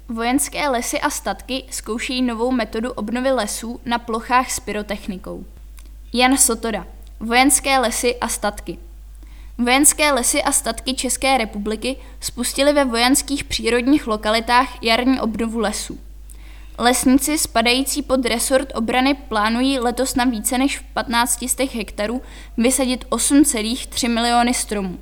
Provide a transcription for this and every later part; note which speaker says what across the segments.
Speaker 1: Vojenské lesy a statky zkoušejí novou metodu obnovy lesů na plochách s pyrotechnikou. Jan Sotoda. Vojenské lesy a statky. Vojenské lesy a statky České republiky spustily ve vojenských přírodních lokalitách jarní obnovu lesů. Lesníci spadající pod resort obrany plánují letos na více než 1500 hektarů vysadit 8,3 miliony stromů.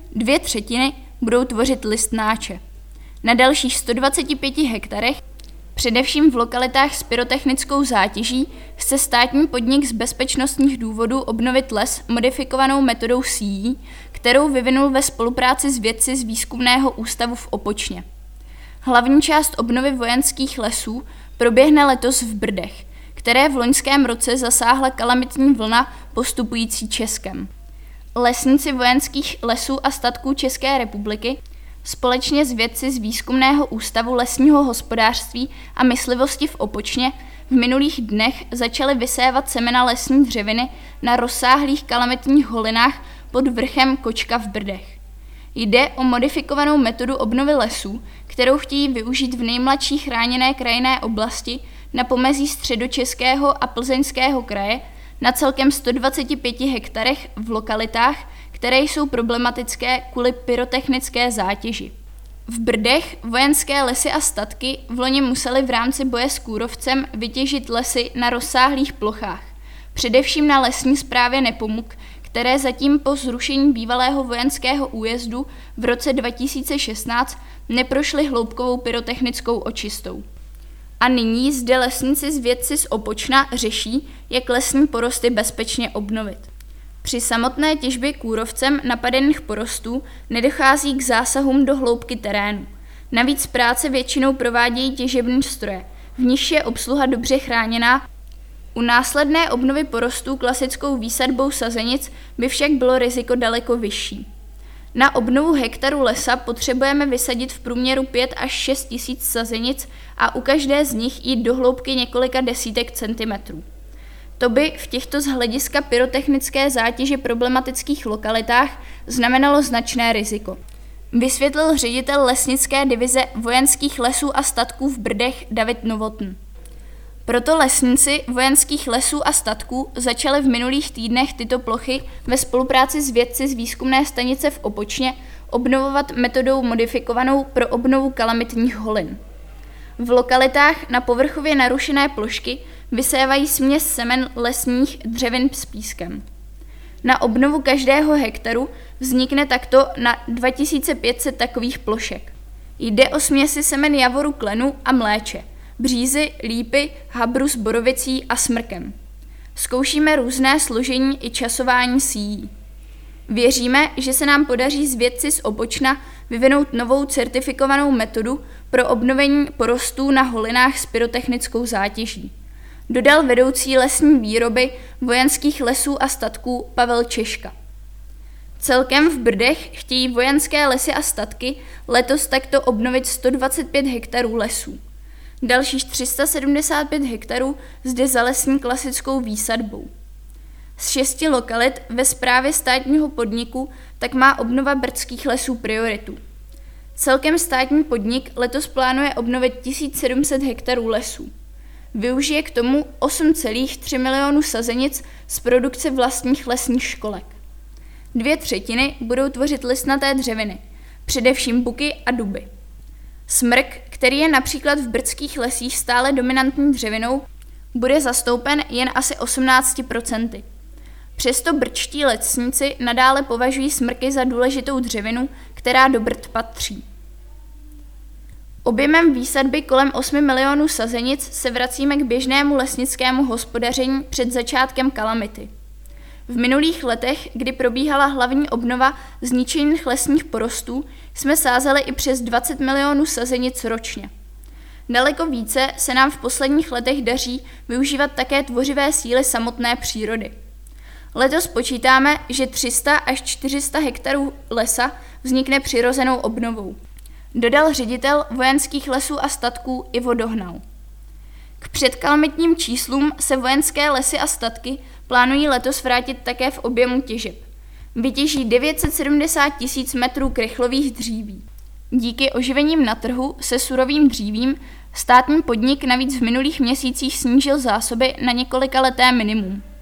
Speaker 1: 2/3 budou tvořit listnáče. Na dalších 125 hektarech, především v lokalitách s pyrotechnickou zátěží, chce státní podnik z bezpečnostních důvodů obnovit les modifikovanou metodou CEE, kterou vyvinul ve spolupráci s vědci z Výzkumného ústavu v Opočně. Hlavní část obnovy vojenských lesů proběhne letos v Brdech, které v loňském roce zasáhla kalamitní vlna postupující Českem. Lesníci vojenských lesů a statků České republiky společně s vědci z Výzkumného ústavu lesního hospodářství a myslivosti v Opočně v minulých dnech začali vysévat semena lesní dřeviny na rozsáhlých kalamitních holinách pod vrchem Kočka v Brdech. Jde o modifikovanou metodu obnovy lesů, kterou chtějí využít v nejmladší chráněné krajinné oblasti na pomezí Středočeského a Plzeňského kraje na celkem 125 hektarech v lokalitách, které jsou problematické kvůli pyrotechnické zátěži. V Brdech vojenské lesy a statky vloni museli v rámci boje s kůrovcem vytěžit lesy na rozsáhlých plochách, především na lesní správě Nepomuk, které zatím po zrušení bývalého vojenského újezdu v roce 2016 neprošly hloubkovou pyrotechnickou očistou. A nyní zde lesníci s vědci z Opočna řeší, jak lesní porosty bezpečně obnovit. Při samotné těžbě kůrovcem napadených porostů nedochází k zásahům do hloubky terénu. Navíc práce většinou provádějí těžební stroje, v nichž je obsluha dobře chráněná. U následné obnovy porostů klasickou výsadbou sazenic by však bylo riziko daleko vyšší. Na obnovu hektaru lesa potřebujeme vysadit v průměru 5 až 6 tisíc sazenic a u každé z nich jít do hloubky několika desítek centimetrů. To by v těchto z hlediska pyrotechnické zátěže problematických lokalitách znamenalo značné riziko, vysvětlil ředitel lesnické divize vojenských lesů a statků v Brdech David Novotný. Proto lesníci vojenských lesů a statků začali v minulých týdnech tyto plochy ve spolupráci s vědci z výzkumné stanice v Opočně obnovovat metodou modifikovanou pro obnovu kalamitních holin. V lokalitách na povrchově narušené plošky vysévají směs semen lesních dřevin s pískem. Na obnovu každého hektaru vznikne takto na 2500 takových plošek. Jde o směsi semen javoru klenu a mléče, břízy, lípy, habru s borovicí a smrkem. Zkoušíme různé složení i časování CEE. Věříme, že se nám podaří s vědci z Opočna vyvinout novou certifikovanou metodu pro obnovení porostů na holinách s pyrotechnickou zátěží, dodal vedoucí lesní výroby vojenských lesů a statků Pavel Češka. Celkem v Brdech chtějí vojenské lesy a statky letos takto obnovit 125 hektarů lesů. Dalších 375 hektarů zde zalesní klasickou výsadbou. Z 6 lokalit ve správě státního podniku tak má obnova brdských lesů prioritu. Celkem státní podnik letos plánuje obnovit 1700 hektarů lesů. Využije k tomu 8,3 milionu sazenic z produkce vlastních lesních školek. 2/3 budou tvořit listnaté dřeviny, především buky a duby. Smrk, který je například v brdských lesích stále dominantní dřevinou, bude zastoupen jen asi 18%. Přesto brdští lesníci nadále považují smrky za důležitou dřevinu, která do Brd patří. Objemem výsadby kolem 8 milionů sazenic se vracíme k běžnému lesnickému hospodaření před začátkem kalamity. V minulých letech, kdy probíhala hlavní obnova zničených lesních porostů, jsme sázeli i přes 20 milionů sazenic ročně. Daleko více se nám v posledních letech daří využívat také tvořivé síly samotné přírody. Letos počítáme, že 300 až 400 hektarů lesa vznikne přirozenou obnovou, dodal ředitel vojenských lesů a statků Ivo Dohnal. K předkalamitním číslům se vojenské lesy a statky plánují letos vrátit také v objemu těžeb. Vytěží 970 000 metrů krychlových dříví. Díky oživením na trhu se surovým dřívím státní podnik navíc v minulých měsících snížil zásoby na několikaleté minimum.